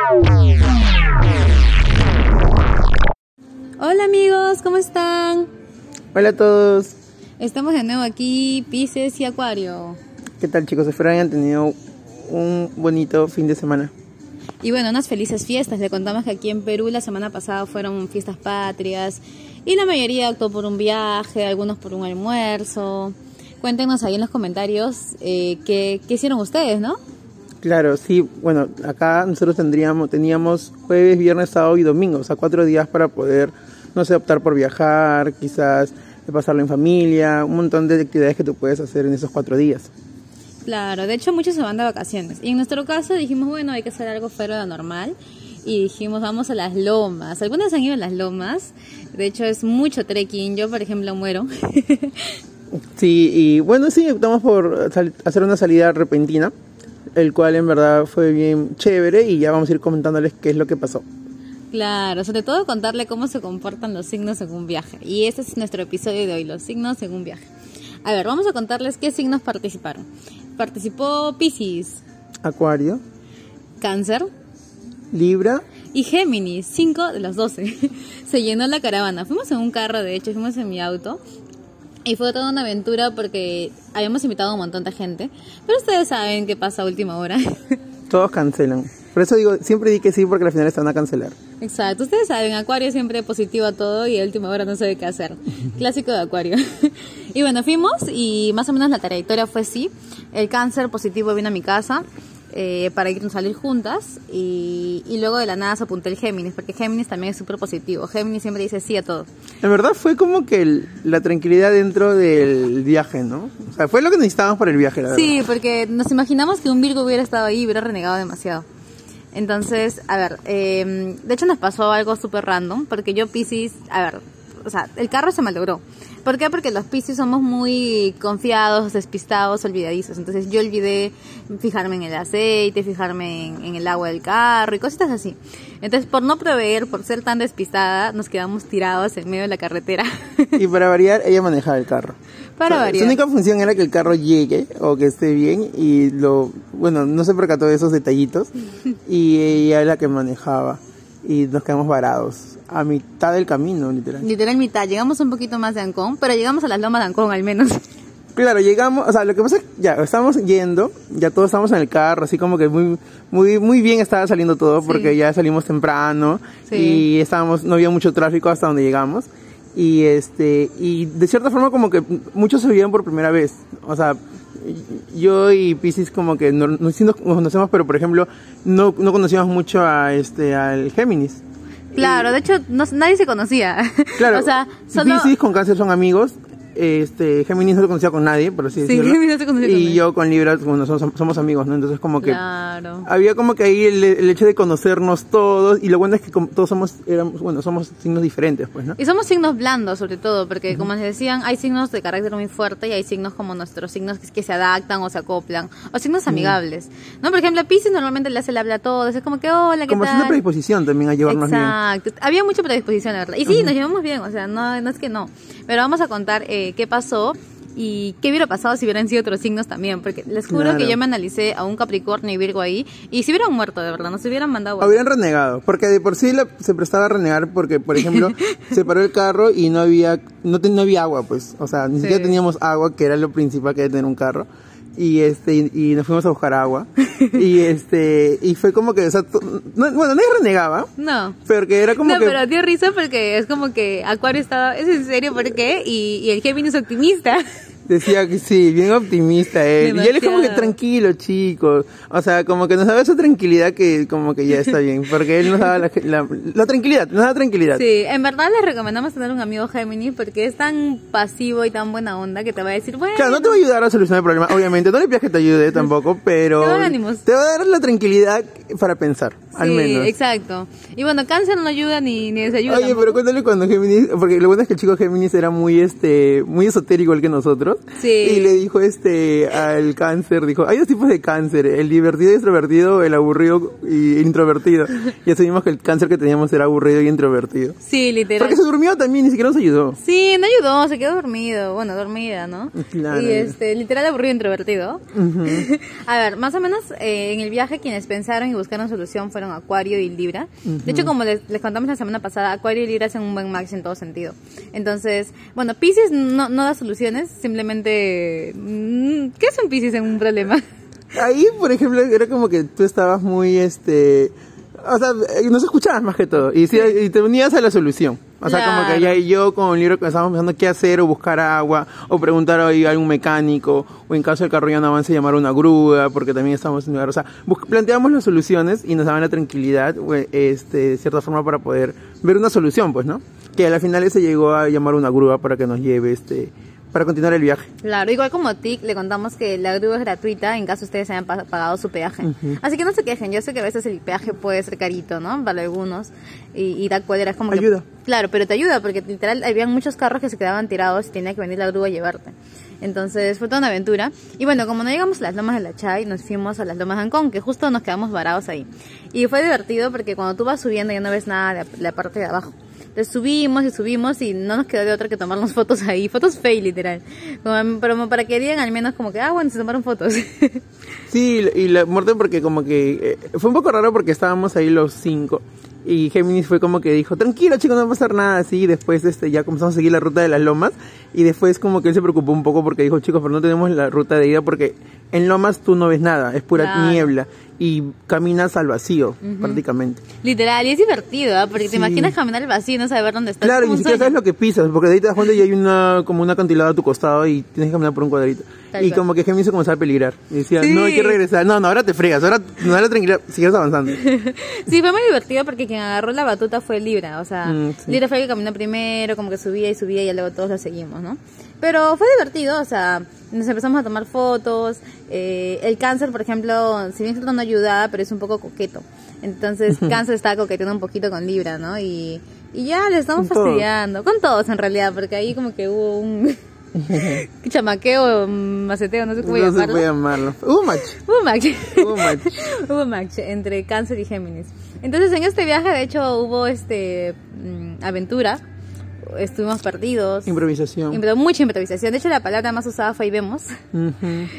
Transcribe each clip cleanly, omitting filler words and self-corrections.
Hola amigos, ¿cómo están? Hola a todos. Estamos de nuevo aquí, Piscis y Acuario. ¿Qué tal, chicos? Espero hayan tenido un bonito fin de semana. Y bueno, unas felices fiestas. Le contamos que aquí en Perú la semana pasada fueron fiestas patrias y la mayoría optó por un viaje, algunos por un almuerzo. Cuéntenos ahí en los comentarios qué hicieron ustedes, ¿no? Claro, sí. Bueno, acá nosotros teníamos jueves, viernes, sábado y domingo. O sea, 4 días para poder, no sé, optar por viajar, quizás pasarlo en familia, un montón de actividades que tú puedes hacer en esos 4 días. Claro, de hecho muchos se van de vacaciones. Y en nuestro caso dijimos, bueno, hay que hacer algo fuera de lo normal. Y dijimos, vamos a las lomas. Algunos han ido a las lomas. De hecho es mucho trekking. Yo, por ejemplo, muero. Sí, y bueno, sí, optamos por hacer una salida repentina, el cual en verdad fue bien chévere y ya vamos a ir comentándoles qué es lo que pasó. Claro, sobre todo contarle cómo se comportan los signos en un viaje. Y este es nuestro episodio de hoy, los signos en un viaje. A ver, vamos a contarles qué signos participaron. Participó Piscis, Acuario, Cáncer, Libra y Géminis, 5 de los 12. Se llenó la caravana. Fuimos en un carro, de hecho, fuimos en mi auto. Y fue toda una aventura porque habíamos invitado a un montón de gente. Pero ustedes saben qué pasa a última hora. Todos cancelan. Por eso digo, siempre di que sí porque al final se van a cancelar. Exacto, ustedes saben, Acuario siempre positivo a todo y a última hora no sabe qué hacer. Clásico de Acuario. Y bueno, fuimos y más o menos la trayectoria fue así. El Cáncer positivo vino a mi casa para irnos a salir juntas y luego de la nada se apuntó el Géminis, porque Géminis también es súper positivo. Géminis siempre dice sí a todo. En verdad fue como que la tranquilidad dentro del viaje, ¿no? O sea, fue lo que necesitábamos para el viaje, la verdad. Sí, porque nos imaginamos que un Virgo hubiera estado ahí y hubiera renegado demasiado. Entonces, a ver, de hecho nos pasó algo súper random, porque yo Piscis, a ver, o sea, el carro se malogró. ¿Por qué? Porque los Piscis somos muy confiados, despistados, olvidadizos. Entonces yo olvidé fijarme en el aceite, fijarme en el agua del carro y cositas así. Entonces por no prever, por ser tan despistada, nos quedamos tirados en medio de la carretera. Y para variar, ella manejaba el carro. Para variar. Su única función era que el carro llegue o que esté bien y bueno, no se percató de esos detallitos y ella era la que manejaba y nos quedamos varados a mitad del camino, literal. Literal mitad, llegamos un poquito más de Ancón, pero llegamos a las lomas de Ancón al menos. Claro, llegamos, o sea, lo que pasa es que ya estábamos yendo, ya todos estábamos en el carro, así como que muy bien estaba saliendo todo porque ya salimos temprano y no había mucho tráfico hasta donde llegamos. Y de cierta forma como que muchos se veían por primera vez. O sea, yo y Piscis como que nos conocemos, pero por ejemplo no conocíamos mucho al Géminis. Claro, de hecho nadie se conocía. Claro, o sea, Piscis con Cáncer son amigos. Géminis no se conocía con nadie, por así decirlo. Géminis no se conocía con nadie. Yo con Libra, bueno, somos amigos, ¿no? Entonces como que había como que ahí el hecho de conocernos todos, y lo bueno es que todos somos signos diferentes, pues, ¿no? Y somos signos blandos, sobre todo, porque como les decían, hay signos de carácter muy fuerte y hay signos como nuestros signos que se adaptan o se acoplan, o signos amigables, ¿no? Por ejemplo, a Piscis normalmente le hace el habla a todos, es como que, hola, ¿qué como tal? Como es una predisposición también a llevarnos bien. Exacto, había mucha predisposición, la verdad. Y sí, nos llevamos bien, o sea, no es que no. Pero vamos a contar qué pasó y qué hubiera pasado si hubieran sido otros signos también, porque les juro que yo me analicé a un Capricornio y Virgo ahí y si hubieran muerto de verdad, no se hubieran mandado. Hubieran renegado, porque de por sí se prestaba a renegar porque, por ejemplo, se paró el carro y no había agua, pues, o sea, ni siquiera teníamos agua, que era lo principal que debe tener un carro. Y nos fuimos a buscar agua y fue como que, o sea, nadie renegaba. No. Pero que era como que... pero dio risa porque es como que Acuario estaba, ¿es en serio? ¿Por qué? Y el Géminis optimista. Decía que sí, bien optimista él. Demasiado. Y él es como que tranquilo, chicos. O sea, como que nos daba esa tranquilidad que como que ya está bien. Porque él nos daba la tranquilidad, nos daba tranquilidad. Sí, en verdad les recomendamos tener un amigo Géminis porque es tan pasivo y tan buena onda que te va a decir, bueno... Claro, no te va a ayudar a solucionar el problema, obviamente. No le pidas que te ayude tampoco, pero... Te va a dar ánimos. Te va a dar la tranquilidad para pensar, al menos. Sí, exacto. Y bueno, Cáncer no ayuda ni desayuda. Oye, tampoco. Pero cuéntale cuando Géminis... Porque lo bueno es que el chico Géminis era muy esotérico igual que nosotros. Sí. Y le dijo al cáncer, dijo, hay dos tipos de cáncer, el divertido y extrovertido, el aburrido y el introvertido. Y asumimos que el cáncer que teníamos era aburrido y introvertido. Sí, literal. Porque se durmió también, ni siquiera nos ayudó. Sí, no ayudó, se quedó dormido, bueno, dormida, ¿no? Claro. Y literal aburrido introvertido. Uh-huh. A ver, más o menos en el viaje quienes pensaron y buscaron solución fueron Acuario y Libra. De hecho, como les contamos la semana pasada, Acuario y Libra hacen un buen match en todo sentido. Entonces, bueno, Piscis no da soluciones, simplemente... ¿Qué es un Piscis en un problema? Ahí, por ejemplo, era como que tú estabas muy, o sea, nos escuchabas más que todo, y te unías a la solución. O sea, Claro. como que ya y yo con el libro que estábamos pensando qué hacer, o buscar agua, o preguntar a algún mecánico, o en caso el carro ya no avance, llamar a una grúa, porque también estamos en lugar. O sea, planteamos las soluciones y nos daban la tranquilidad, de cierta forma, para poder ver una solución, pues, ¿no? Que al final se llegó a llamar a una grúa para que nos lleve, para continuar el viaje. Claro, igual como TIC, le contamos que la grúa es gratuita en caso ustedes hayan pagado su peaje. Uh-huh. Así que no se quejen, yo sé que a veces el peaje puede ser carito, ¿no? Para algunos. Y da cuadra, es como ayuda. Claro, pero te ayuda porque literal habían muchos carros que se quedaban tirados y tenía que venir la grúa a llevarte. Entonces fue toda una aventura. Y bueno, como no llegamos a las lomas de la Chay, nos fuimos a las lomas de Ancón, que justo nos quedamos varados ahí. Y fue divertido porque cuando tú vas subiendo ya no ves nada de la parte de abajo. Entonces subimos y no nos quedó de otra que tomarnos fotos ahí, fotos fake literal, pero para que digan al menos como que, bueno, se tomaron fotos. Sí, y la muerte porque como que fue un poco raro porque estábamos ahí los 5 y Géminis fue como que dijo, tranquilo chicos, no va a pasar nada, así, y después ya comenzamos a seguir la ruta de las lomas y después como que él se preocupó un poco porque dijo, chicos, pero no tenemos la ruta de ida porque en lomas tú no ves nada, es pura Claro. niebla y caminas al vacío prácticamente. Literal, y es divertido, ¿eh? Porque Sí. te imaginas caminar al vacío y no saber dónde estás. Claro, Es y como ni un siquiera sabes sueño. lo que pisas, porque de ahí te das cuenta y hay como una acantilado a tu costado y tienes que caminar por un cuadrito. Tal Y cual. como que Géminis se comenzaba a peligrar. Y decía, Sí. no, hay que regresar. No, ahora te fregas, ahora tranquila, sigues avanzando. Sí, fue muy divertido porque quien agarró la batuta fue Libra, o sea, Sí. Libra fue el que caminó primero, como que subía y luego todos lo seguimos, ¿no? Pero fue divertido, o sea, nos empezamos a tomar fotos, el Cáncer, por ejemplo, si bien Cierto no ayudaba, pero es un poco coqueto, entonces Cáncer estaba coqueteando un poquito con Libra, ¿no? Y ya le estamos Con todos. fastidiando, con todos en realidad, porque ahí como que hubo un chamaqueo, maceteo, no sé cómo No se llamarlo. puede llamarlo. Match. Hubo match. Hubo match. Hubo match entre Cáncer y Géminis. Entonces en este viaje de hecho hubo aventura. Estuvimos perdidos. Improvisación. Mucha improvisación. De hecho la palabra más usada fue ahí vemos. Ujú.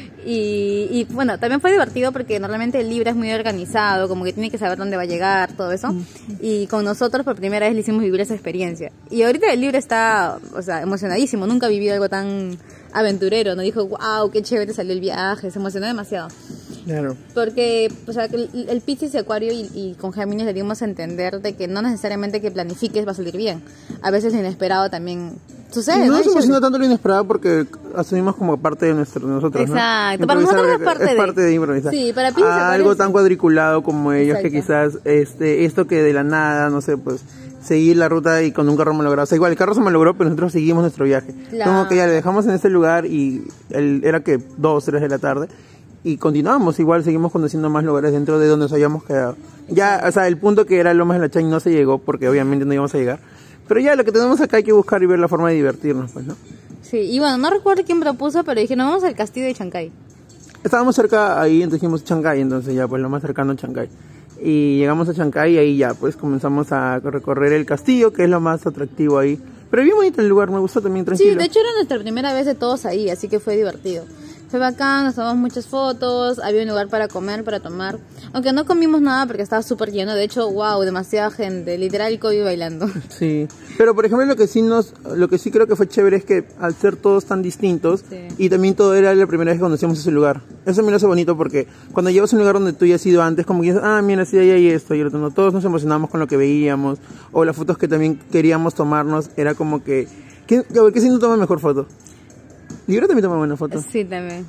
Y bueno, también fue divertido porque normalmente el Libra es muy organizado, como que tiene que saber dónde va a llegar, todo eso. Y con nosotros por primera vez le hicimos vivir esa experiencia. Y ahorita el Libra está, o sea, emocionadísimo. Nunca ha vivido algo tan aventurero. Nos dijo, wow, qué chévere salió el viaje. Se emocionó demasiado. Claro. Porque, o sea, que el Piscis y Acuario y con Géminis le dimos a entender de que no necesariamente que planifiques va a salir bien. A veces lo inesperado también sucede, Y no ¿no? nos emociona tanto lo inesperado porque asumimos como parte de nosotros, Exacto, ¿no? para nosotros es Improvisar parte de improvisar. Sí, para Piscis y Acuario algo sí. tan cuadriculado como ellos que Exacto. quizás esto que de la nada, no sé, pues seguir la ruta y con un carro malogrado. O sea, igual el carro se malogró, pero nosotros seguimos nuestro viaje. Claro. Como que ya le dejamos en ese lugar y era que 2, 3 de la tarde. Y continuamos, igual seguimos conociendo más lugares dentro de donde nos habíamos quedado. Ya, o sea, el punto que era Lomas de la Chay no se llegó porque obviamente no íbamos a llegar. Pero ya lo que tenemos acá hay que buscar y ver la forma de divertirnos, pues, ¿no? Sí, y bueno, no recuerdo quién propuso, pero dijeron, vamos al castillo de Chancay. Estábamos cerca ahí, entonces dijimos Chancay, entonces ya pues lo más cercano a Chancay. Y llegamos a Chancay y ahí ya pues comenzamos a recorrer el castillo, que es lo más atractivo ahí. Pero bien bonito el lugar, me gustó también, tranquilo. Sí, de hecho era nuestra primera vez de todos ahí, así que fue divertido. Fue bacán, nos tomamos muchas fotos, había un lugar para comer, para tomar. Aunque no comimos nada porque estaba súper lleno. De hecho, wow, demasiada gente, literal COVID bailando. Sí, pero por ejemplo lo que sí creo que fue chévere es que al ser todos tan distintos Sí. y también todo era la primera vez que conocíamos ese lugar. Eso me lo hace bonito porque cuando llevas a un lugar donde tú ya has ido antes, como que dices, mira, sí, ahí hay esto y el otro, no, todos nos emocionamos con lo que veíamos o las fotos que también queríamos tomarnos, era como que, ¿qué signo toma mejor foto? Libra también toma buena foto. Sí, también.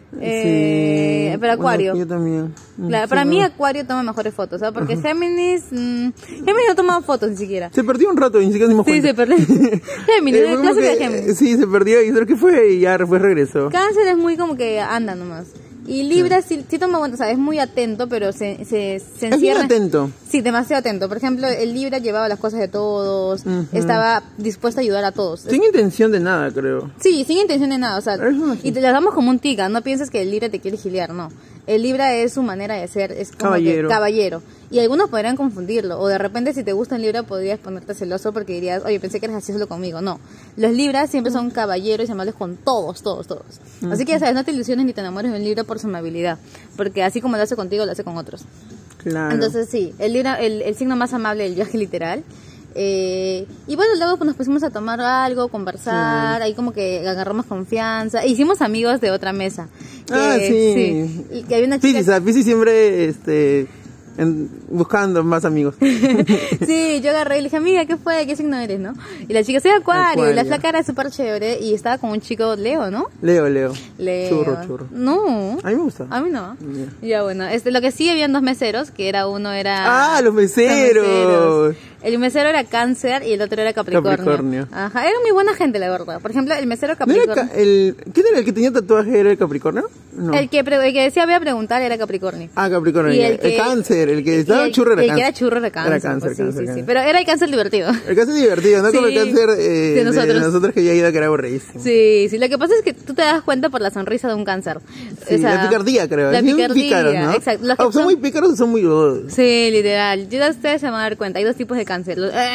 Sí. Pero Acuario. Bueno, yo también. Claro, Sí, para no. mí Acuario toma mejores fotos, ¿sabes? Porque Géminis, Géminis no toma fotos ni siquiera. Se perdió un rato y ni siquiera nos dimos Sí, cuenta. se perdió. Géminis, Fue el como clásico de que, Géminis. sí, se perdió y creo que fue y ya después regresó. Cáncer es muy como que anda nomás. Y Libra sí toma, bueno, o sea, es muy atento, pero se encierra. Es bien atento. Sí, demasiado atento. Por ejemplo, el Libra llevaba las cosas de todos, estaba dispuesto a ayudar a todos. Sin intención de nada, creo. Sí, sin intención de nada, o sea, y te las damos como un tica, no pienses que el Libra te quiere gilear, no. El Libra es su manera de ser, es como caballero. Y algunos podrían confundirlo, o de repente si te gusta el Libra podrías ponerte celoso porque dirías, oye, pensé que eras así solo conmigo. No, los Libras siempre son caballeros y amables con todos. Así que ya sabes, no te ilusiones ni te enamores de un Libra por su amabilidad, porque así como lo hace contigo, lo hace con otros. Claro. Entonces sí, el Libra, el signo más amable del viaje literal. Y bueno, luego pues, nos pusimos a tomar algo, conversar, ahí como que agarramos confianza, e hicimos amigos de otra mesa. Sí. Que había una chica... Piscis siempre buscando más amigos. Sí, yo agarré y le dije, amiga, ¿qué fue? ¿Qué signo eres, no? Y la chica, soy Acuario, y la flaca era súper chévere, y estaba con un chico Leo, ¿no? Leo. Churro. No. A mí me gusta. A mí no. Ya, bueno, lo que sí habían dos meseros, que uno era... ¡Ah, los meseros! El mesero era Cáncer y el otro era Capricornio. Ajá, era muy buena gente, la verdad. Por ejemplo, el mesero Capricornio... ¿Quién era el que tenía tatuaje? ¿Era el Capricornio? No. El que decía voy a preguntar era Capricornio. Ah, Capricornio. Y el Cáncer, el que estaba churro era Cáncer. El que era churro era Cáncer. Era Cáncer, pues, Cáncer. Sí. Pero era el Cáncer divertido. El Cáncer divertido, no como el Cáncer de nosotros que ya iba a quedar aburridísimo. Sí. Lo que pasa es que tú te das cuenta por la sonrisa de un Cáncer. Sí, o sea, la picardía, creo. La picardía, pícaros, ¿no? Exacto. ¿Son muy pícaros o son muy rudos? Sí, literal. Ya ustedes se van a dar cuenta. Hay dos tipos de Cáncer.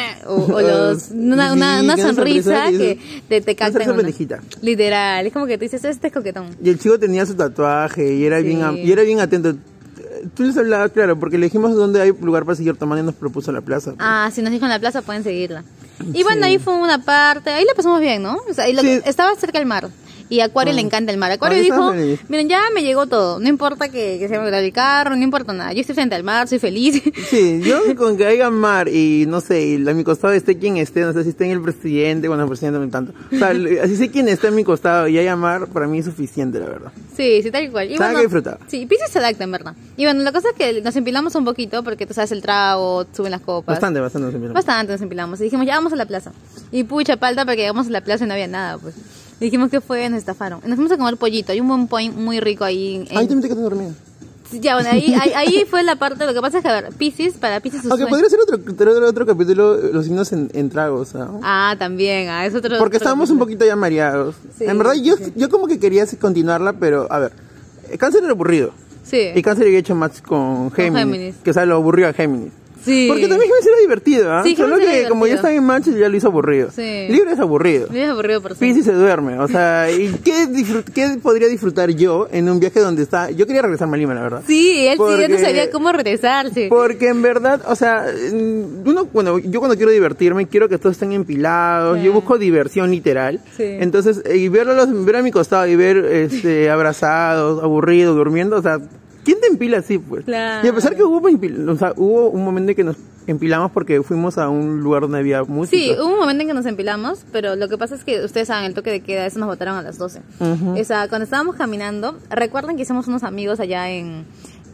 Una sonrisa que te captan. Literal. Es como que tú dices, este es coquetón. Y el chico tenía su tatuaje y era bien atento. Tú les hablabas, claro, porque le dijimos dónde hay lugar para seguir tomando y nos propuso la plaza. Pues. Ah, si nos dijo en la plaza pueden seguirla. Y bueno, ahí fue una parte, ahí la pasamos bien, ¿no? O sea, estaba cerca del mar. Y a Acuario le encanta el mar. Acuario dijo, miren, ya me llegó todo. No importa que se me vaya el carro, no importa nada. Yo estoy frente al mar, soy feliz. Sí, yo con que haya mar y no sé, y a mi costado esté quien esté, no sé si esté en el presidente, bueno, el presidente no tanto. O sea, así sé quién está a mi costado y haya mar, para mí es suficiente, la verdad. Sí, tal cual. Y bueno, que disfrutar. Sí, Piscis se adapta, en verdad. Y bueno, la cosa es que nos empilamos un poquito porque tú sabes el trago, suben las copas. Bastante nos empilamos. Bastante nos empilamos. Y dijimos, ya vamos a la plaza. Y pucha, falta porque llegamos a la plaza y no había nada, pues. Y dijimos que fue, nos estafaron. Nos fuimos a comer pollito. Hay un buen point muy rico ahí. Ahí también te quedaste dormida. Ya, bueno, ahí fue la parte. Lo que pasa es que, a ver, para Piscis. Aunque podría ser otro capítulo, los signos en tragos, ¿no? Ah, también, es otro. Porque estábamos un poquito ya mareados. Sí, en verdad, yo como que quería continuarla, pero, a ver, Cáncer era aburrido. Sí. Y Cáncer había hecho match con Géminis. Que, o sea, lo aburrió a Géminis. Sí. Porque también Géminis era divertido, ¿ah? Sí, solo que divertido. Como ya estaba en match ya lo hizo aburrido. Sí. Libra es aburrido. Libra es aburrido por sí. Piscis se duerme, o sea, ¿y qué podría disfrutar yo en un viaje donde está? Yo quería regresarme a Lima, la verdad. Sí, él sí, no sabía cómo regresarse. Porque en verdad, o sea, yo cuando quiero divertirme, quiero que todos estén empilados, yo busco diversión literal. Sí. Entonces, y ver a mi costado y ver abrazados, aburridos, durmiendo, o sea, ¿quién te empila así, pues? Claro. Y a pesar que hubo un momento en que nos empilamos porque fuimos a un lugar donde había música. Sí, hubo un momento en que nos empilamos, pero lo que pasa es que ustedes saben, el toque de queda, eso nos botaron a las 12. O sea, cuando estábamos caminando, recuerden que hicimos unos amigos allá en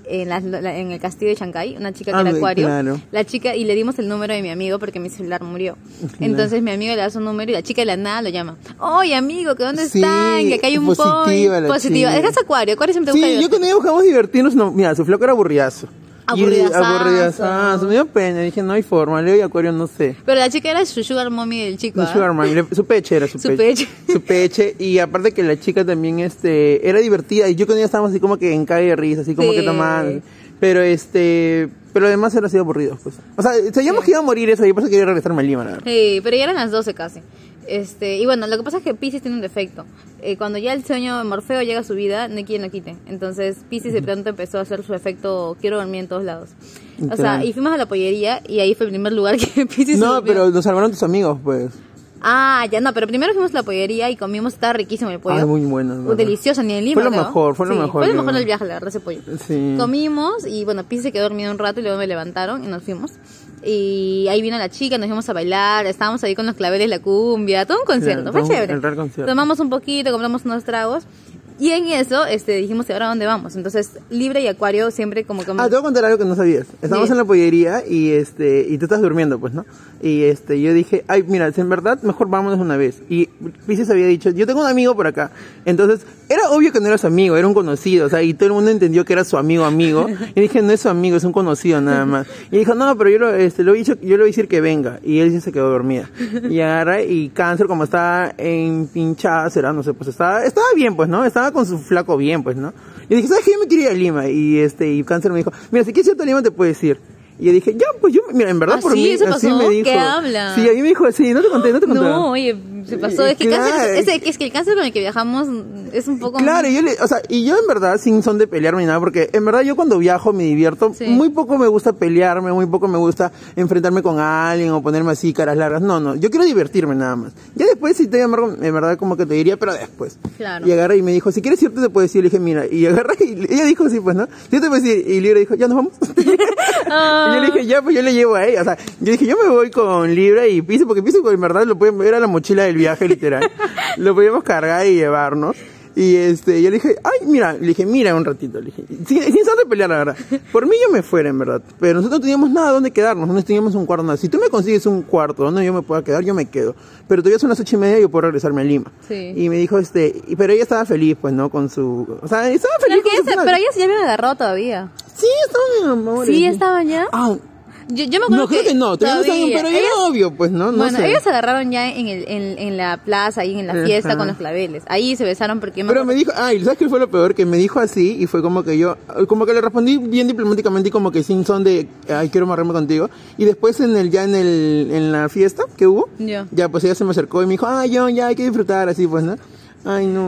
el castillo de Chancay, una chica que era Acuario. Claro. La chica, y le dimos el número de mi amigo porque mi celular murió. Claro. Entonces mi amigo le da su número y la chica de la nada lo llama. Oye, amigo, ¿que dónde están? Que acá hay un positiva. Es Acuario siempre busca yo con ella buscamos divertirnos. No, mira, su flaco era aburridazo. Aburridazo. Me dio pena, dije, no hay forma, Leo y Acuario no sé. Pero la chica era su sugar mommy del chico. Sugar mommy, su peche era su peche. Y aparte que la chica también era divertida y yo con ella estábamos así como que en calle de risa, así como que tomando. Pero además era así aburrido, pues. O sea, sabíamos que iba a morir eso y por eso quería regresarme a Lima, la verdad. Sí, pero ya eran las 12 casi. Y bueno, lo que pasa es que Piscis tiene un defecto. Cuando ya el sueño de Morfeo llega a su vida, no hay quien lo quite. Entonces Piscis de pronto empezó a hacer su efecto, quiero dormir en todos lados. O sea, y fuimos a la pollería y ahí fue el primer lugar que Piscis No, pero nos salvaron tus amigos, pues. Ah, ya no, pero primero fuimos a la pollería y comimos, estaba riquísimo el pollo. Muy bueno. Delicioso, ni en Lima. Fue lo mejor. Fue lo mejor del viaje, la verdad, ese pollo. Sí. Comimos y bueno, Piscis se quedó dormido un rato y luego me levantaron y nos fuimos. Y ahí vino la chica, nos fuimos a bailar, estábamos ahí con los claveles, la cumbia, todo un concierto, fue chévere. El real concierto. Tomamos un poquito, compramos unos tragos Y en eso dijimos, ¿y ahora dónde vamos? Entonces, Libre y Acuario siempre como que... te voy a contar algo que no sabías. Estábamos en la pollería y tú estás durmiendo, pues, ¿no? Y yo dije, ay, mira, en verdad, mejor vámonos una vez. Y Pisces había dicho, yo tengo un amigo por acá. Entonces, era obvio que no era su amigo, era un conocido, o sea, y todo el mundo entendió que era su amigo. Y dije, no es su amigo, es un conocido nada más. Y dijo, no, pero yo le voy a decir que venga. Y él se quedó dormida. Y agarra, y Cáncer, como estaba empinchada, no sé, pues estaba bien, pues, ¿no? Estaba con su flaco bien, pues, ¿no? Y dije, ¿sabes qué? Yo me quería ir a Lima. Y Cáncer me dijo, mira, si quieres irte a Lima te puedes ir. Y yo dije, ya, pues yo, mira, en verdad por mí, ¿eso así pasó? me dijo. ¿Qué habla? Sí, a mí me dijo así, no te conté. No, oye, se pasó. Es que claro. Cáncer, es que el Cáncer con el que viajamos es un poco... Claro, y yo en verdad, sin son de pelearme ni nada, porque en verdad yo cuando viajo me divierto, muy poco me gusta pelearme, muy poco me gusta enfrentarme con alguien o ponerme así caras largas, no, yo quiero divertirme nada más. Ya después si te amargo, en verdad como que te diría, pero después. Claro. Y agarra y me dijo, si quieres irte te puedes ir, le dije, mira, y agarra y ella dijo, sí, pues, ¿no? Yo te puedes ir, y Libre dijo, ya nos vamos. Y yo le dije, ya, pues yo le llevo a ella, o sea, yo dije, yo me voy con Libre y Pisces, porque Pisces en verdad era la mochila del viaje, literal. Lo podíamos cargar y llevarnos. Y yo le dije, ay, mira un ratito, le dije, sin ser de pelear, la verdad. Por mí yo me fuera, en verdad. Pero nosotros no teníamos nada donde quedarnos, no teníamos un cuarto, nada. Si tú me consigues un cuarto donde yo me pueda quedar, yo me quedo. Pero todavía son las 8:30 y yo puedo regresarme a Lima. Sí. Y me dijo, pero ella estaba feliz, pues, ¿no? Con su, o sea, estaba feliz con su plan. Pero ellas ya habían agarrado todavía. Sí, estaban en amor. Sí, estaban ya. Ah, yo me acuerdo no, creo que no, todavía no saben, pero era obvio, pues, ¿no? Bueno, sé. ellos se agarraron ya en la plaza, ahí en la fiesta con los claveles. Ahí se besaron porque... Pero me dijo, ¿sabes qué fue lo peor? Que me dijo así y fue como que como que le respondí bien diplomáticamente y como que sin son de, ay, quiero amarrarme contigo. Y después en la fiesta que hubo, ya pues ella se me acercó y me dijo, ya hay que disfrutar así, pues, ¿no? Ay, no.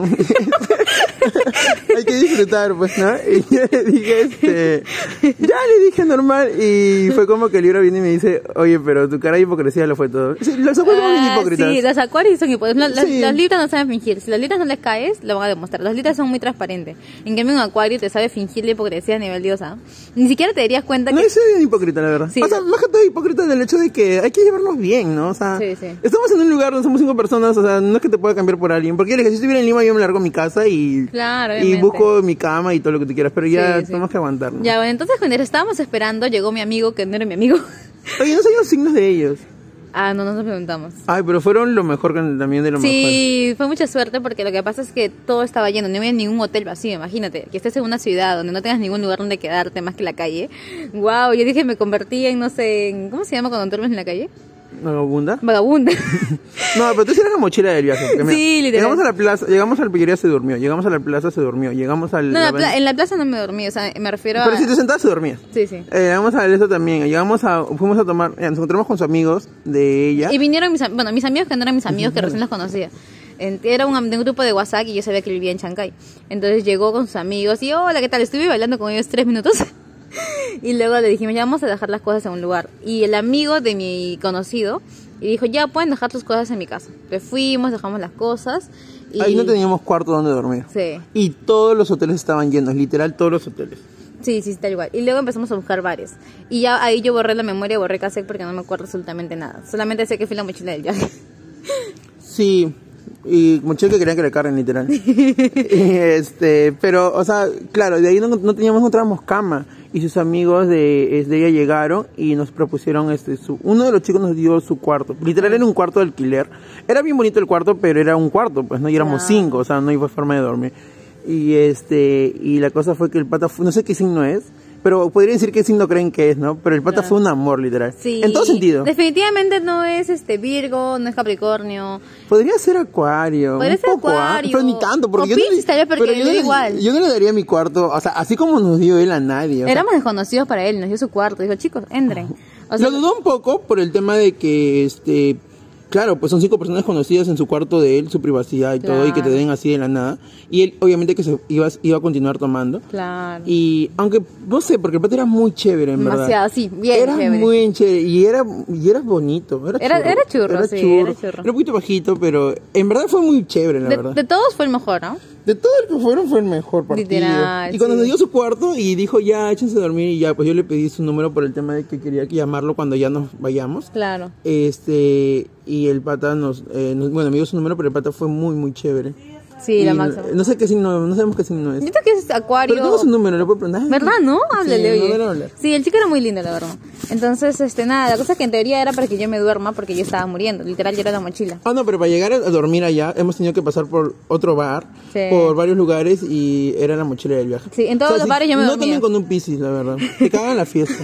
Hay que disfrutar, pues, ¿no? Y yo le dije, ya le dije normal. Y fue como que el libro viene y me dice, oye, pero tu cara de hipocresía lo fue todo. Sí, los acuarios son bien hipócritas. Sí, los acuarios son hipócritas. Las libras no saben fingir. Si las libras no les caes, lo van a demostrar. Las libras son muy transparentes. En cambio, un acuario te sabe fingir la hipocresía a nivel diosa. Ni siquiera te darías cuenta que... No, es bien hipócrita, la verdad. Sí. O sea, más que todo hipócrita del hecho de que hay que llevarnos bien, ¿no? O sea, estamos en un lugar donde somos 5 personas, o sea, no es que te pueda cambiar por alguien. Porque yo le dije, si estuviera en Lima, yo me largo a mi casa y busco mi cama y todo lo que tú quieras, pero ya tenemos que aguantarnos. Ya, bueno, entonces cuando estábamos esperando, llegó mi amigo, que no era mi amigo. Oye, no sé los signos de ellos. No nos preguntamos. Ay, pero fueron lo mejor también de lo mejor. Sí, fue mucha suerte porque lo que pasa es que todo estaba lleno, no había ningún hotel vacío, imagínate, que estés en una ciudad donde no tengas ningún lugar donde quedarte más que la calle. Wow, yo dije, me convertí en, no sé, ¿cómo se llama cuando duermes en la calle? ¿Vagabunda? Vagabunda. No, pero tú hicieras la mochila del viaje. Mira, sí, literal. Llegamos a la plaza, llegamos a la pollería, se durmió. Llegamos a la plaza, se durmió. Llegamos al... No, en la plaza no me dormí, o sea, me refiero pero si te sentabas, se dormías. Sí, sí. Llegamos a eso también. Fuimos a tomar, nos encontramos con sus amigos de ella. Y vinieron mis amigos que no eran mis amigos, que recién los conocía. Era un grupo de WhatsApp y yo sabía que él vivía en Chancay. Entonces llegó con sus amigos y hola, ¿qué tal? Estuve bailando con ellos 3 minutos. Y luego le dijimos, ya vamos a dejar las cosas en un lugar. Y el amigo de mi conocido... Y dijo, ya pueden dejar tus cosas en mi casa. Entonces fuimos, dejamos las cosas. Y... ahí no teníamos cuarto donde dormir. Sí. Y todos los hoteles estaban llenos, literal todos los hoteles. Sí, tal igual. Y luego empezamos a buscar bares. Y ya ahí yo borré la memoria, borré cassette porque no me acuerdo absolutamente nada. Solamente sé que fui la mochila del viaje. Sí. Y muchos que querían que le carguen, literal. Pero, o sea, claro, de ahí no encontrábamos cama. Y sus amigos de ella llegaron y nos propusieron uno de los chicos nos dio su cuarto. Literal era un cuarto de alquiler. Era bien bonito el cuarto, pero era un cuarto, pues no, y éramos 5, o sea, no iba forma de dormir. Y la cosa fue que el pata no sé qué signo es, pero podría decir qué signo creen que es, ¿no? Pero el pata fue un amor, literal. Sí. En todo sentido. Definitivamente no es Virgo, no es Capricornio. Podría ser Acuario. Podría ser Acuario. Pero ni tanto, porque yo no le daría mi cuarto, o sea, así como nos dio él a nadie. Éramos desconocidos para él, nos dio su cuarto, dijo, chicos, entren. O sea, lo dudó un poco por el tema de que claro, pues son 5 personas conocidas en su cuarto de él, su privacidad y todo, y que te den así de la nada. Y él, obviamente, que iba a continuar tomando. Claro. Y, aunque, no sé, porque el pato era muy chévere, en verdad. Demasiado, sí, bien chévere. Era muy chévere, y era bonito. Era churro. Era un poquito bajito, pero en verdad fue muy chévere, la verdad. De todos fue el mejor, ¿no? De todo el que fueron fue el mejor partido. Literal, y cuando nos dio su cuarto y dijo, ya, échense a dormir, y ya, pues yo le pedí su número por el tema de que quería llamarlo cuando ya nos vayamos. Claro. Y el pata me dio su número, pero el pata fue muy, muy chévere. Sí, Y la máxima. no sé qué signo, no sabemos qué signo es. Yo creo que es Acuario. Pero tengo su número, le puedo preguntar. ¿Verdad, no? Háblale, Sí, oye. no debe hablar. Sí, el chico era muy lindo, la verdad. Entonces, nada, la cosa que en teoría era para que yo me duerma porque yo estaba muriendo. Literal, yo era la mochila. Ah, no, pero para llegar a dormir allá hemos tenido que pasar por otro bar, Sí. por varios lugares y era la mochila del viaje. Sí, en todos los bares yo me no dormía. también con un Piscis, la verdad. Te cagan en la fiesta.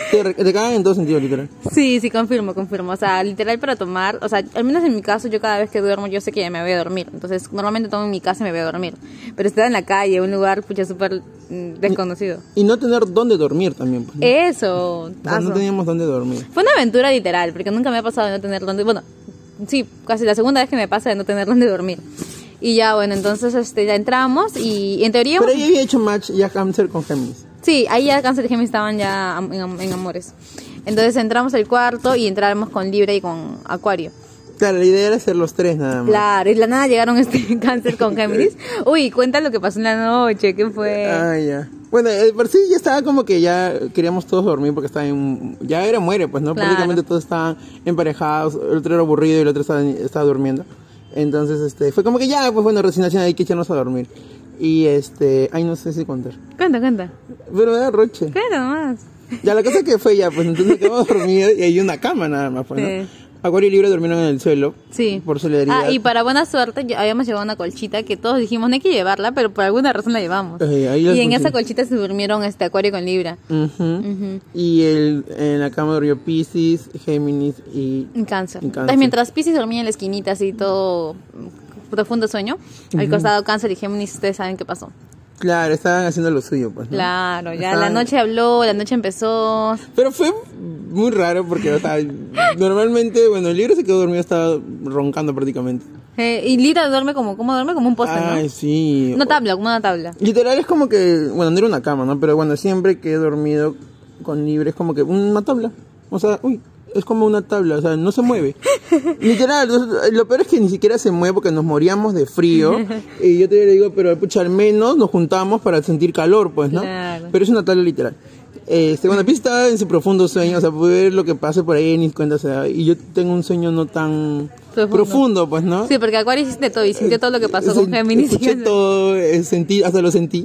te cagan en todo sentido, literal. Sí, confirmo. O sea, literal para tomar, o sea, al menos en mi caso, yo cada vez que duermo, yo sé que ya me voy a dormir. Entonces, normalmente tomo en mi casa y me voy a dormir. Pero estar en la calle, un lugar, pucha, súper desconocido. Y no tener dónde dormir también. Pues, ¿no? Eso. O sea, no teníamos dónde dormir. Fue una aventura literal, porque nunca me ha pasado de no tener dónde, bueno, sí, casi la segunda vez que me pasa de no tener dónde dormir. Y ya, bueno, entonces ya entramos y en teoría... Pero ella había hecho match ya Cáncer con Géminis. Sí, ahí ya Cáncer y Géminis estaban ya en amores. Entonces entramos al cuarto y entramos con Libra y con Acuario. Claro, la idea era hacer los tres nada más. Claro, y de la nada llegaron Cáncer con Géminis. Uy, cuenta lo que pasó en la noche, ¿qué fue? Ah, ya. Bueno, por sí ya estaba como que ya queríamos todos dormir porque ya era muere, pues, ¿no? Claro. Prácticamente todos estaban emparejados, el otro era aburrido y el otro estaba durmiendo. Entonces, fue como que ya, pues bueno, resignación, hay que echarnos a dormir. Y ay, no sé si contar. Cuenta. Pero era roche. Cuenta nomás. Ya la cosa que fue ya, pues entonces quedamos dormidos y hay una cama nada más, pues, Sí. ¿no? Acuario y Libra durmieron en el suelo. Sí. Por solidaridad. Ah, y para buena suerte habíamos llevado una colchita que todos dijimos no hay que llevarla, pero por alguna razón la llevamos. Ahí la Y en escuché. esa colchita se durmieron Acuario con Libra. Ujú. Ujú. Y en la cama durmió Piscis, Géminis y... En Cáncer. En Cáncer. Entonces, mientras Piscis dormía en la esquinita así todo profundo sueño, al costado Cáncer y Géminis, ustedes saben qué pasó. Claro, estaban haciendo lo suyo, pues, ¿no? Claro, ya Estaban- la noche habló, la noche empezó. Pero fue muy raro porque, o sea, normalmente, bueno, el libro se quedó dormido, estaba roncando prácticamente. Y Libra duerme ¿cómo duerme? Como un poste, Ay, ¿no? sí. Una tabla, como una tabla. Literal es como que, bueno, no era una cama, ¿no? Pero bueno, siempre que he dormido con libre es como que una tabla. O sea, uy, es como una tabla, o sea, no se mueve. Literal, lo peor es que ni siquiera se mueve porque nos moríamos de frío. Y yo te digo, pero pucha, al menos nos juntamos para sentir calor, pues, ¿no? Claro. Pero es una tabla literal. Bueno, Pi estaba en su profundo sueño, o sea, puede ver lo que pase por ahí, ni cuenta se da. Y yo tengo un sueño no tan profundo, pues, ¿no? Sí, porque Acuario hiciste todo y sintió todo lo que pasó con Géminis. Escuché todo, sentí, hasta lo sentí.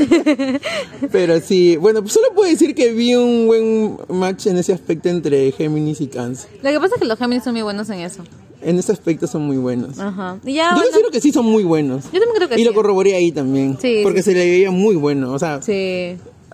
Pero sí, bueno, pues solo puedo decir que vi un buen match en ese aspecto entre Géminis y Cáncer. Lo que pasa es que los Géminis son muy buenos en eso. En ese aspecto son muy buenos. Ajá. Y ya, Yo bueno, considero que sí son muy buenos. yo también creo que Y sí. lo corroboré ahí también. Sí, porque sí. se le veía muy bueno. O sea, Sí.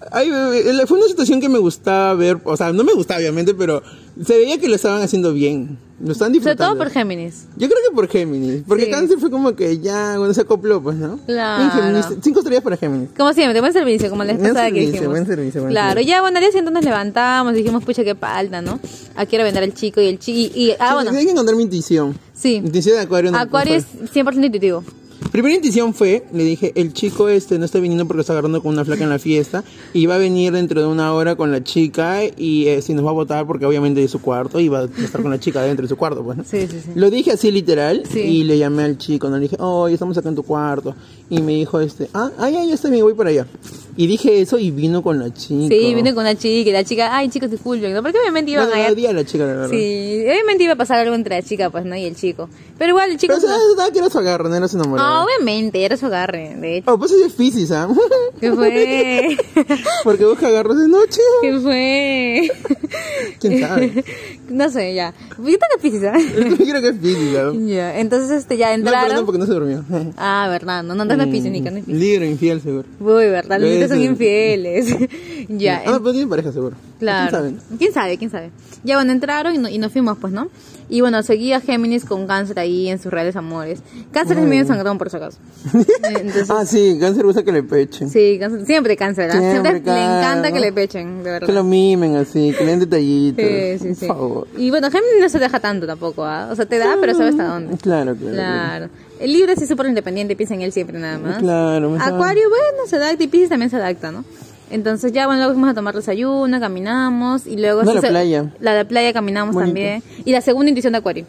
fue una situación que me gustaba ver. O sea, no me gustaba obviamente, pero se veía que lo estaban haciendo bien. Lo estaban Sobre disfrutando. todo por Géminis. Yo creo que por Géminis. Porque Sí. Cáncer fue como que ya, bueno, se acopló, pues, ¿no? Claro. Bien Géminis, 5 estrellas para Géminis. Como siempre, buen servicio, como la vez Buen pasada que servicio, dijimos. buen servicio. Claro, servicio. ya bueno, al día siguiente nos levantamos, dijimos, pucha, qué falta, ¿no? Aquí era vender al chico y el chico. Bueno, Hay que encontrar mi intuición. sí. Mi intuición de Acuario. no- Acuario no es fue. 100% intuitivo. Primera intuición fue, le dije, el chico no está viniendo porque está agarrando con una flaca en la fiesta y va a venir dentro de una hora con la chica y si nos va a votar porque obviamente es su cuarto y va a estar con la chica dentro de su cuarto, pues, ¿no? Sí, sí, sí. Lo dije así literal Sí. y le llamé al chico, ¿no? Le dije, oh, ya estamos acá en tu cuarto. Y me dijo, ya está bien, voy para allá. Y dije eso y vino con la chica. Sí, vine con una chica y la chica, ay chicos, disculpen, ¿no? Porque obviamente iban Bueno, a... la di a la chica, la verdad. Sí, obviamente iba a pasar algo entre la chica, pues, ¿no? Y el chico. Pero igual el chico... Pero sabes que era su agarre, no era su enamorado. Ah, obviamente, era su agarre, de hecho. Oh, pues es Piscis, ¿ah? ¿Qué fue? Porque busca agarros de noche. ¿Qué fue? ¿Quién sabe? No sé, ya. Yo tengo Piscis, ¿ah? Yo creo que es Piscis, ¿ah? Ya, entonces ya No, perdón, entraron. porque no se durmió. Ah, verdad, no es Piscis, Nica, no es Piscis. Libro infiel, seguro. Uy, verdad, los niños son Ese. infieles. Ya, Ah, pero tiene pareja, seguro. claro. ¿Quién sabe? ¿Quién sabe? Ya, bueno, entraron y nos fuimos, pues, ¿no? Y bueno, seguía Géminis con Cáncer ahí en sus reales amores. Cáncer es medio sangrón, por si acaso. Entonces, Ah, sí, Cáncer usa que le pechen. sí, Cáncer, siempre Cáncer, ¿ah? Siempre le encanta Cáncer. que le pechen, de verdad. Que lo mimen así, que le den detallitos. Sí, sí. Por favor. Y bueno, Géminis no se deja tanto tampoco, ¿ah? O sea, te da, pero sabe hasta dónde. Claro. Claro. El Libra sí es súper independiente, piensa en él siempre nada más. Claro. me sabe. Acuario, bueno, se adapta y Piscis también se adapta, ¿no? Entonces ya, bueno, luego fuimos a tomar desayuno, caminamos y luego... No, sí la playa. La playa caminamos Bonito. también. Y la segunda intuición de Acuario.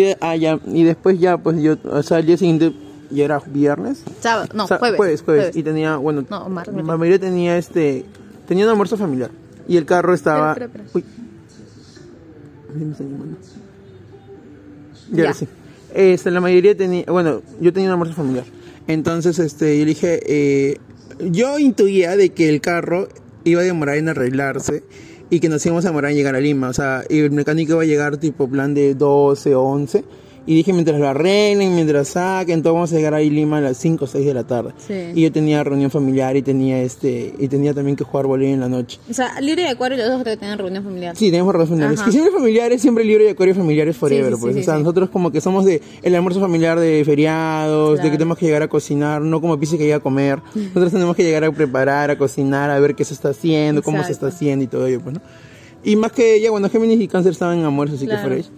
Y después ya, pues yo, o sea, el día siguiente ya era viernes. Sábado, no, O sea, jueves. Y tenía, bueno, No, martes. la mayoría tenía tenía un almuerzo familiar. Y el carro estaba... Espera. Uy. Ay, me están llamando. Y Ya. ahora sí. La mayoría tenía, bueno, yo tenía un almuerzo familiar. Entonces, yo le dije, yo intuía de que el carro iba a demorar en arreglarse y que nos íbamos a demorar en llegar a Lima. O sea, y el mecánico iba a llegar tipo plan de 12 o 11. Y dije, mientras lo arreglen, mientras saquen, todos vamos a llegar ahí a Lima a las 5 o 6 de la tarde. Sí. Y yo tenía reunión familiar y tenía también que jugar voleibol en la noche. O sea, Libre y Acuario los dos tenían reunión familiar. Sí, tenemos reuniones familiares. Ajá. Que siempre familiares, siempre Libre y Acuario familiares forever, Sí, sí, pues. sí, O sea, sí. nosotros como que somos de el almuerzo familiar de feriados, Claro. de que tenemos que llegar a cocinar, no como Pise que llega a comer. Nosotros tenemos que llegar a preparar, a cocinar, a ver qué se está haciendo, cómo se está Exacto. haciendo y todo ello, pues, ¿no? Y más que ella, bueno, Géminis y Cáncer estaban en almuerzo, así Claro. que fresh.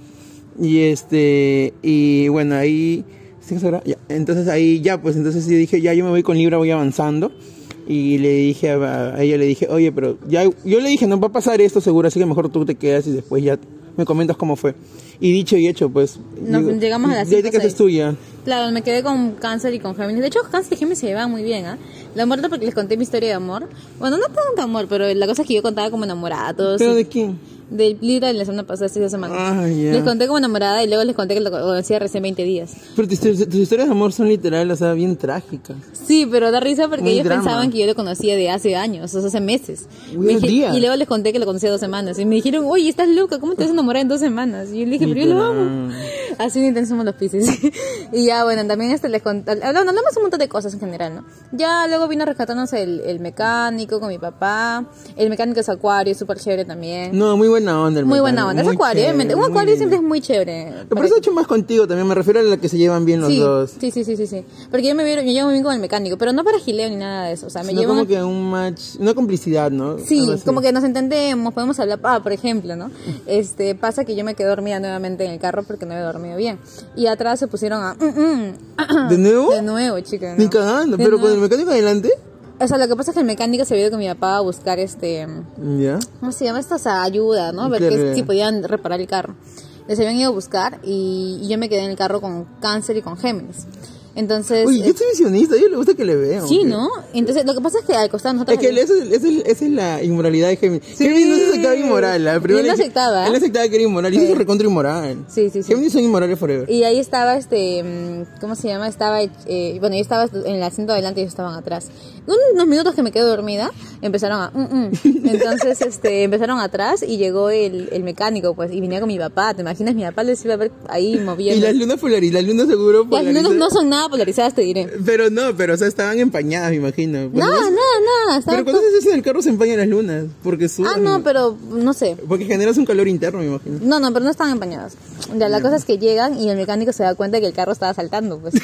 Y bueno, ahí, ¿sí que ya, entonces ahí ya, pues entonces yo dije, ya yo me voy con Libra, voy avanzando. Y le dije a ella, le dije, oye, pero ya, yo le dije, no va a pasar esto seguro, así que mejor tú te quedas y después ya me comentas cómo fue. Y dicho y hecho, pues. Llegamos a las ¿De 5 qué haces tú ya? Claro, me quedé con Cáncer y con Géminis. De hecho, Cáncer y Géminis se llevaban muy bien, ¿ah? La muerte porque les conté mi historia de amor. Bueno, no tanto amor, pero la cosa es que yo contaba como enamorada a todos. ¿Pero de quién? Del Libra de la semana pasada, estas 2 semanas. Ah, ya. Les conté como enamorada y luego les conté que lo conocía recién 20 días. Pero tus historias de amor son literal, o sea, bien trágicas. Sí, pero da risa porque Muy ellos drama. pensaban que yo lo conocía de hace años, o sea, hace meses. Uy, días. Y luego les conté que lo conocía 2 semanas. Y me dijeron, oye, estás loca, ¿cómo te vas a enamorar en 2 semanas? Y yo le dije, pero yo lo amo. Así de intensos somos los Piscis. Y ya, bueno, también les conté, hablamos un montón de cosas en general, ¿no? Ya luego vino a rescatarnos el mecánico con mi papá. El mecánico es Acuario, súper chévere también. No, muy buena onda el Muy mecánico, buena onda, es muy Acuario, chévere, obviamente. Un muy Acuario lindo. siempre es muy chévere. Pero eso he hecho más contigo también, me refiero a la que se llevan bien los Sí, dos. sí. Porque yo llevo muy bien con el mecánico, pero no para gileo ni nada de eso. O sea, me Sino llevo como que un match, una complicidad, ¿no? Sí, Algo así. como que nos entendemos, podemos hablar. Por ejemplo, ¿no? Pasa que yo me quedé dormida nuevamente en el carro porque no había dormido bien. Y atrás se pusieron a... ¿De nuevo? De nuevo, chica. Ni ¿no? cagando, De pero con nuevo. el mecánico adelante. O sea, lo que pasa es que el mecánico se había ido con mi papá a buscar Ya. ¿cómo se llama esto? O sea, ayuda, ¿no? Ver Claro. si podían reparar el carro. Les habían ido a buscar y yo me quedé en el carro con Cáncer y con Géminis. Entonces... Uy, yo soy visionista, a ellos les gusta que le vean. sí, ¿ok? ¿no? Entonces, lo que pasa es que al costado nosotros... Es que esa es la inmoralidad de Géminis. Sí. Géminis no se aceptaba inmoral. La primera Y él no vez que- aceptaba, ¿eh? Él aceptaba que era inmoral. Y eso Sí. es recontra inmoral. Sí. Géminis son inmorales forever. Y ahí estaba ¿cómo se llama? Bueno, yo estaba en el asiento de adelante y ellos estaban atrás. Unos minutos que me quedé dormida, empezaron a Entonces, empezaron atrás y llegó el mecánico, pues, y venía con mi papá. ¿Te imaginas? Mi papá les iba a ver ahí Y moviendo. las lunas polarizadas, las lunas seguro Las polarizadas. lunas no son nada polarizadas, te diré. Pero no, pero o sea, estaban empañadas, me imagino. Pues, Nada. Pero estaba cuando todo- haces eso en el carro se empañan las lunas. Porque sudan. no, pero no sé. Porque generas un calor interno, me imagino. No, pero no estaban empañadas. Ya, la cosa es que llegan y el mecánico se da cuenta que el carro estaba saltando, pues.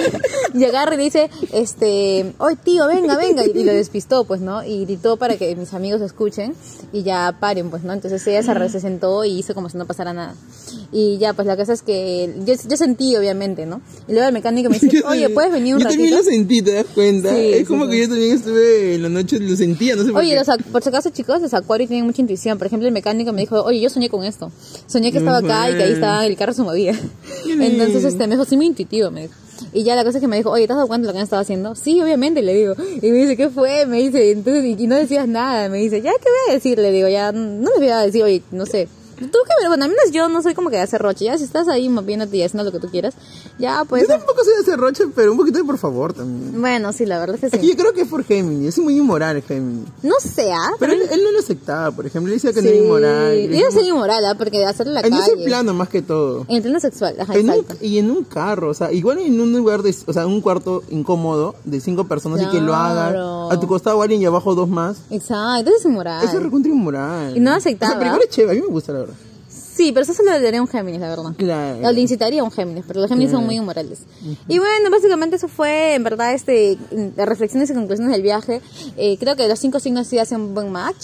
Y agarra y le dice, oye tío, venga. Y lo despistó, pues, ¿no? Y gritó para que mis amigos escuchen y ya paren, pues, ¿no? Entonces ella se sentó y hizo como si no pasara nada. Y ya, pues la cosa es que yo sentí, obviamente, ¿no? Y luego el mecánico me dice, oye, ¿puedes venir un Yo ratito? también lo sentí, ¿te das cuenta? Sí, es sí, como sí. que yo también estuve en la noche, lo sentía, no sé por Oye, qué. por si acaso, chicos, los acuarios tienen mucha intuición. Por ejemplo, el mecánico me dijo, oye, yo soñé con esto. Soñé que estaba acá y que ahí estaba, el carro se movía. Entonces, me dijo, sí, muy intuitivo, me dijo. Y ya la cosa es que me dijo, oye, ¿te has dado cuenta de lo que han estado haciendo? Sí, obviamente, le digo. Y me dice, ¿qué fue? Me dice, entonces, y no decías nada. Me dice, ya, ¿qué voy a decir? Le digo, ya, no les voy a decir, oye, no sé. Tú qué ver, bueno, al menos yo no soy como que de hacer roche. Ya, si estás ahí moviéndote y haciendo lo que tú quieras, ya, pues. Yo tampoco soy de hacer roche, pero un poquito de por favor también. Bueno, sí, la verdad es que Es que sí. yo creo que es por Géminis, es muy inmoral Géminis. No sé, ¿ah? Pero él no lo aceptaba, por ejemplo, él decía que no Sí. era inmoral. Y yo soy inmoral, ¿ah? Porque de hacerle la En calle. ese plano más que todo. En el plano sexual, ajá, En exacto. y en un carro, o sea, igual en un lugar, o sea, un cuarto incómodo de 5 personas y que lo hagan. Claro. A tu costado alguien y abajo 2 más. Exacto, eso es inmoral. Eso es recontra inmoral. Y no aceptaba. O sea, pero igual es chévere, a mí me gusta la verdad. Sí, pero eso se lo daría a un Géminis, la verdad. Claro. O le incitaría a un Géminis, pero los Géminis son muy inmorales. Y bueno, básicamente eso fue, en verdad, de reflexiones y conclusiones del viaje. Creo que los 5 signos sí hacen un buen match.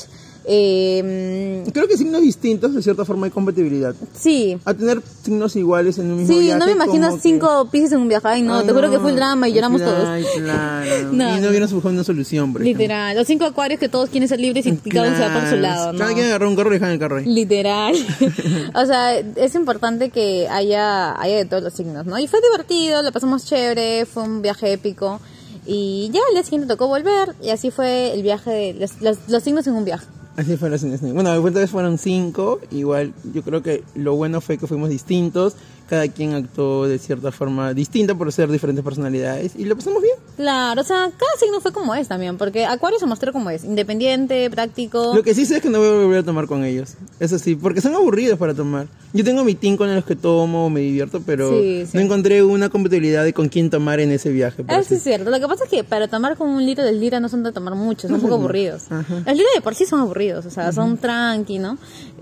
Creo que signos distintos, de cierta forma, hay compatibilidad. Sí. A tener signos iguales en un mismo Sí, viaje. no me imagino como que- 5 Piscis en un viaje. Ay, no, Ay, te juro que fue el drama y lloramos todos. Ay, claro. No. Y no hubieras buscado una solución, por ejemplo. Literal. Los 5 acuarios que todos quieren ser libres y cada uno se va por su Claro. lado, ¿no? Cada quien agarró un carro y dejan el carro ahí. Literal. O sea, es importante que haya de todos los signos, ¿no? Y fue divertido, lo pasamos chévere, fue un viaje épico. Y ya al día siguiente tocó volver y así fue el viaje de los signos en un viaje. Así fue la cine. Bueno, esta vez fueron 5. Igual, yo creo que lo bueno fue que fuimos distintos. Cada quien actuó de cierta forma distinta por ser diferentes personalidades. Y lo pasamos bien. Claro, o sea, cada signo fue como es también. Porque Acuario se mostró como es. Independiente, práctico. Lo que sí sé es que no voy a volver a tomar con ellos. Eso sí, porque son aburridos para tomar. Yo tengo mi team con los que tomo, me divierto, pero no encontré una compatibilidad de con quién tomar en ese viaje. Eso es cierto. Lo que pasa es que para tomar con un litro del Lira no son de tomar mucho, son un poco aburridos. Ajá. Los Lira de por sí son aburridos, o sea, son tranqui, ¿no?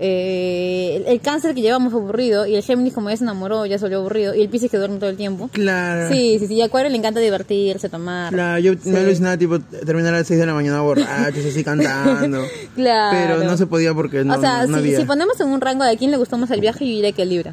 El Cáncer que llevamos aburrido, y el Géminis como ya se enamoró, ya se volvió aburrido, y el Piscis que duerme todo el tiempo. Claro. Sí, y a Acuario le encanta divertirse, tomar. Claro, yo me alucinaba tipo terminar a las 6 de la mañana borrachos, así cantando. Claro. Pero no se podía porque no, o sea, no había. Si ponemos en un rango de a quién le gustó más el viaje, yo diría que el Libra.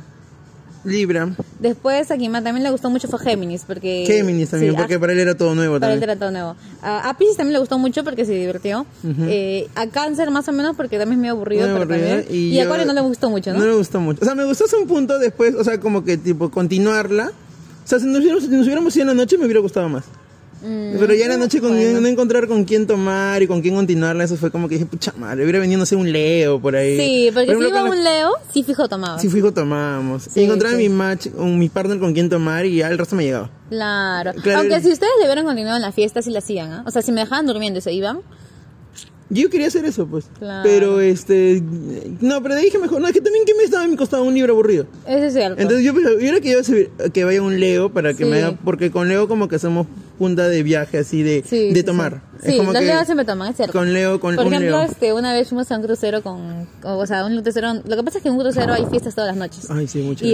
Después a quien también le gustó mucho fue Géminis, porque... Géminis también, porque para él era todo nuevo para también. Él era todo nuevo. A Piscis también le gustó mucho porque se divirtió. A Cáncer más o menos porque también es medio aburrido. Pero también, y a Acuario no le gustó mucho, ¿no? No le gustó mucho. O sea, me gustó hasta un punto después, o sea, como que tipo continuarla. O sea, si nos hubiéramos ido en la noche me hubiera gustado más. Pero ya en la noche no encontrar con quién tomar y con quién continuarla, eso fue como que dije, pucha madre, hubiera venido, no sé, un Leo por ahí. Sí, porque por ejemplo, si iba un Leo, sí fijo tomaba. Sí fijo tomábamos. Sí, y encontraba mi partner con quien tomar y ya el resto me llegaba. Claro. Aunque si ustedes debieran continuar en la fiesta, sí la hacían, ¿eh? O sea, si me dejaban durmiendo y se iban. Yo quería hacer eso, pues. Claro. Pero, no, pero dije mejor, no, es que también que me estaba a mi costado un libro aburrido. Eso es cierto. Entonces yo era que vaya un Leo para que me haga, porque con Leo como que hacemos punta de viaje así de tomar. Sí, es como los Leos siempre toman, es cierto. Con Leo, por ejemplo, una vez fuimos a un crucero o sea, un crucero, lo que pasa es que en un crucero hay fiestas todas las noches. Ay, sí, muchas.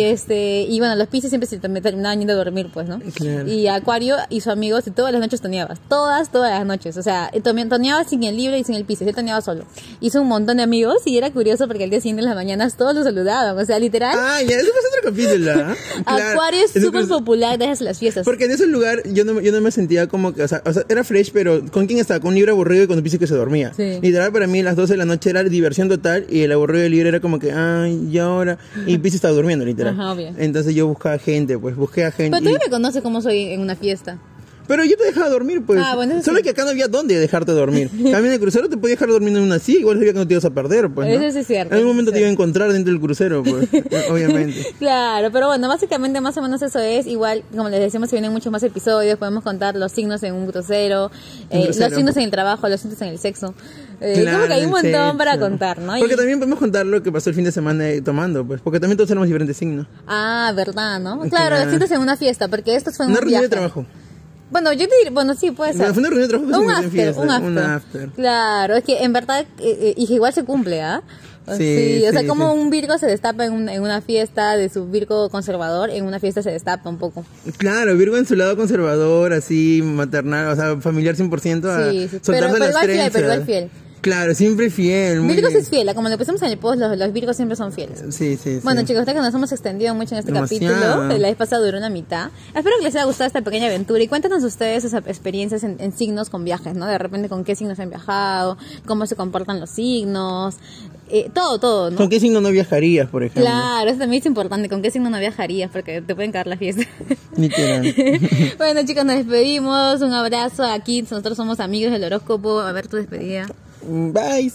Y bueno, los Piscis siempre se terminaban yendo a dormir, pues, ¿no? Claro. Y Acuario y su amigo, y todas las noches toneabas, todas las noches, o sea, toneaba sin el Libra y sin el Piscis, él toneaba solo. Hizo un montón de amigos y era curioso porque el día siguiente en las mañanas todos lo saludaban, o sea, literal. Ah, ya, eso fue otro capítulo, ¿eh? Claro. Acuario es súper popular gracias a las fiestas. Porque en ese lugar yo no me sentía como que, o sea, era fresh, pero ¿con quién estaba? Con un Libra aburrido y con un Piscis que se dormía. Sí. Literal, para mí las 12 de la noche era diversión total y el aburrido del Libra era como que, ay, y ahora. Y Piscis estaba durmiendo, literal. Ajá, obvio. Entonces yo busqué a gente. Pero tú ya me conoces cómo soy en una fiesta. Pero yo te dejaba dormir, pues. Bueno, solo que acá no había dónde dejarte dormir. También en el crucero te podía dejar dormir en una silla, igual sabía que no te ibas a perder, pues, ¿no? Eso sí es cierto. En algún momento te iba a encontrar dentro del crucero, pues, obviamente. Claro, pero bueno, básicamente más o menos eso es. Igual, como les decimos, se vienen muchos más episodios, podemos contar los signos en un crucero, los signos en el trabajo, los signos en el sexo. Claro, como que hay un montón para contar, ¿no? Porque también podemos contar lo que pasó el fin de semana tomando, pues, porque también todos tenemos diferentes signos. Ah, verdad, ¿no? Claro, los signos en una fiesta, porque estos fue un viaje. Una reunión de trabajo. Bueno, yo te diría, bueno, sí, puede ser. Fue una reunión de trabajo que un after. Claro, es que en verdad, y igual se cumple, ¿ah? Sí, o sea, como un Virgo se destapa en una fiesta de su Virgo conservador, en una fiesta se destapa un poco. Claro, Virgo en su lado conservador, así, maternal, o sea, familiar 100%, sí, pero igual fiel. Claro, siempre fiel. Virgos es fiel, como le pusimos en el post, los Virgos siempre son fieles. Sí. Bueno, chicos, hasta que nos hemos extendido mucho en este capítulo, la vez pasada duró una mitad. Espero que les haya gustado esta pequeña aventura y cuéntanos ustedes sus experiencias en signos con viajes, ¿no? De repente con qué signos han viajado, cómo se comportan los signos, todo, ¿no? ¿Con qué signo no viajarías, por ejemplo? Claro, eso también es importante, con qué signo no viajarías, porque te pueden caer la fiesta. Literal. Bueno, chicos, nos despedimos, un abrazo aquí, nosotros somos amigos del horóscopo, a ver tu despedida. Bye.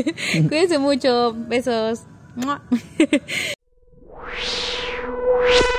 Cuídense mucho. Besos.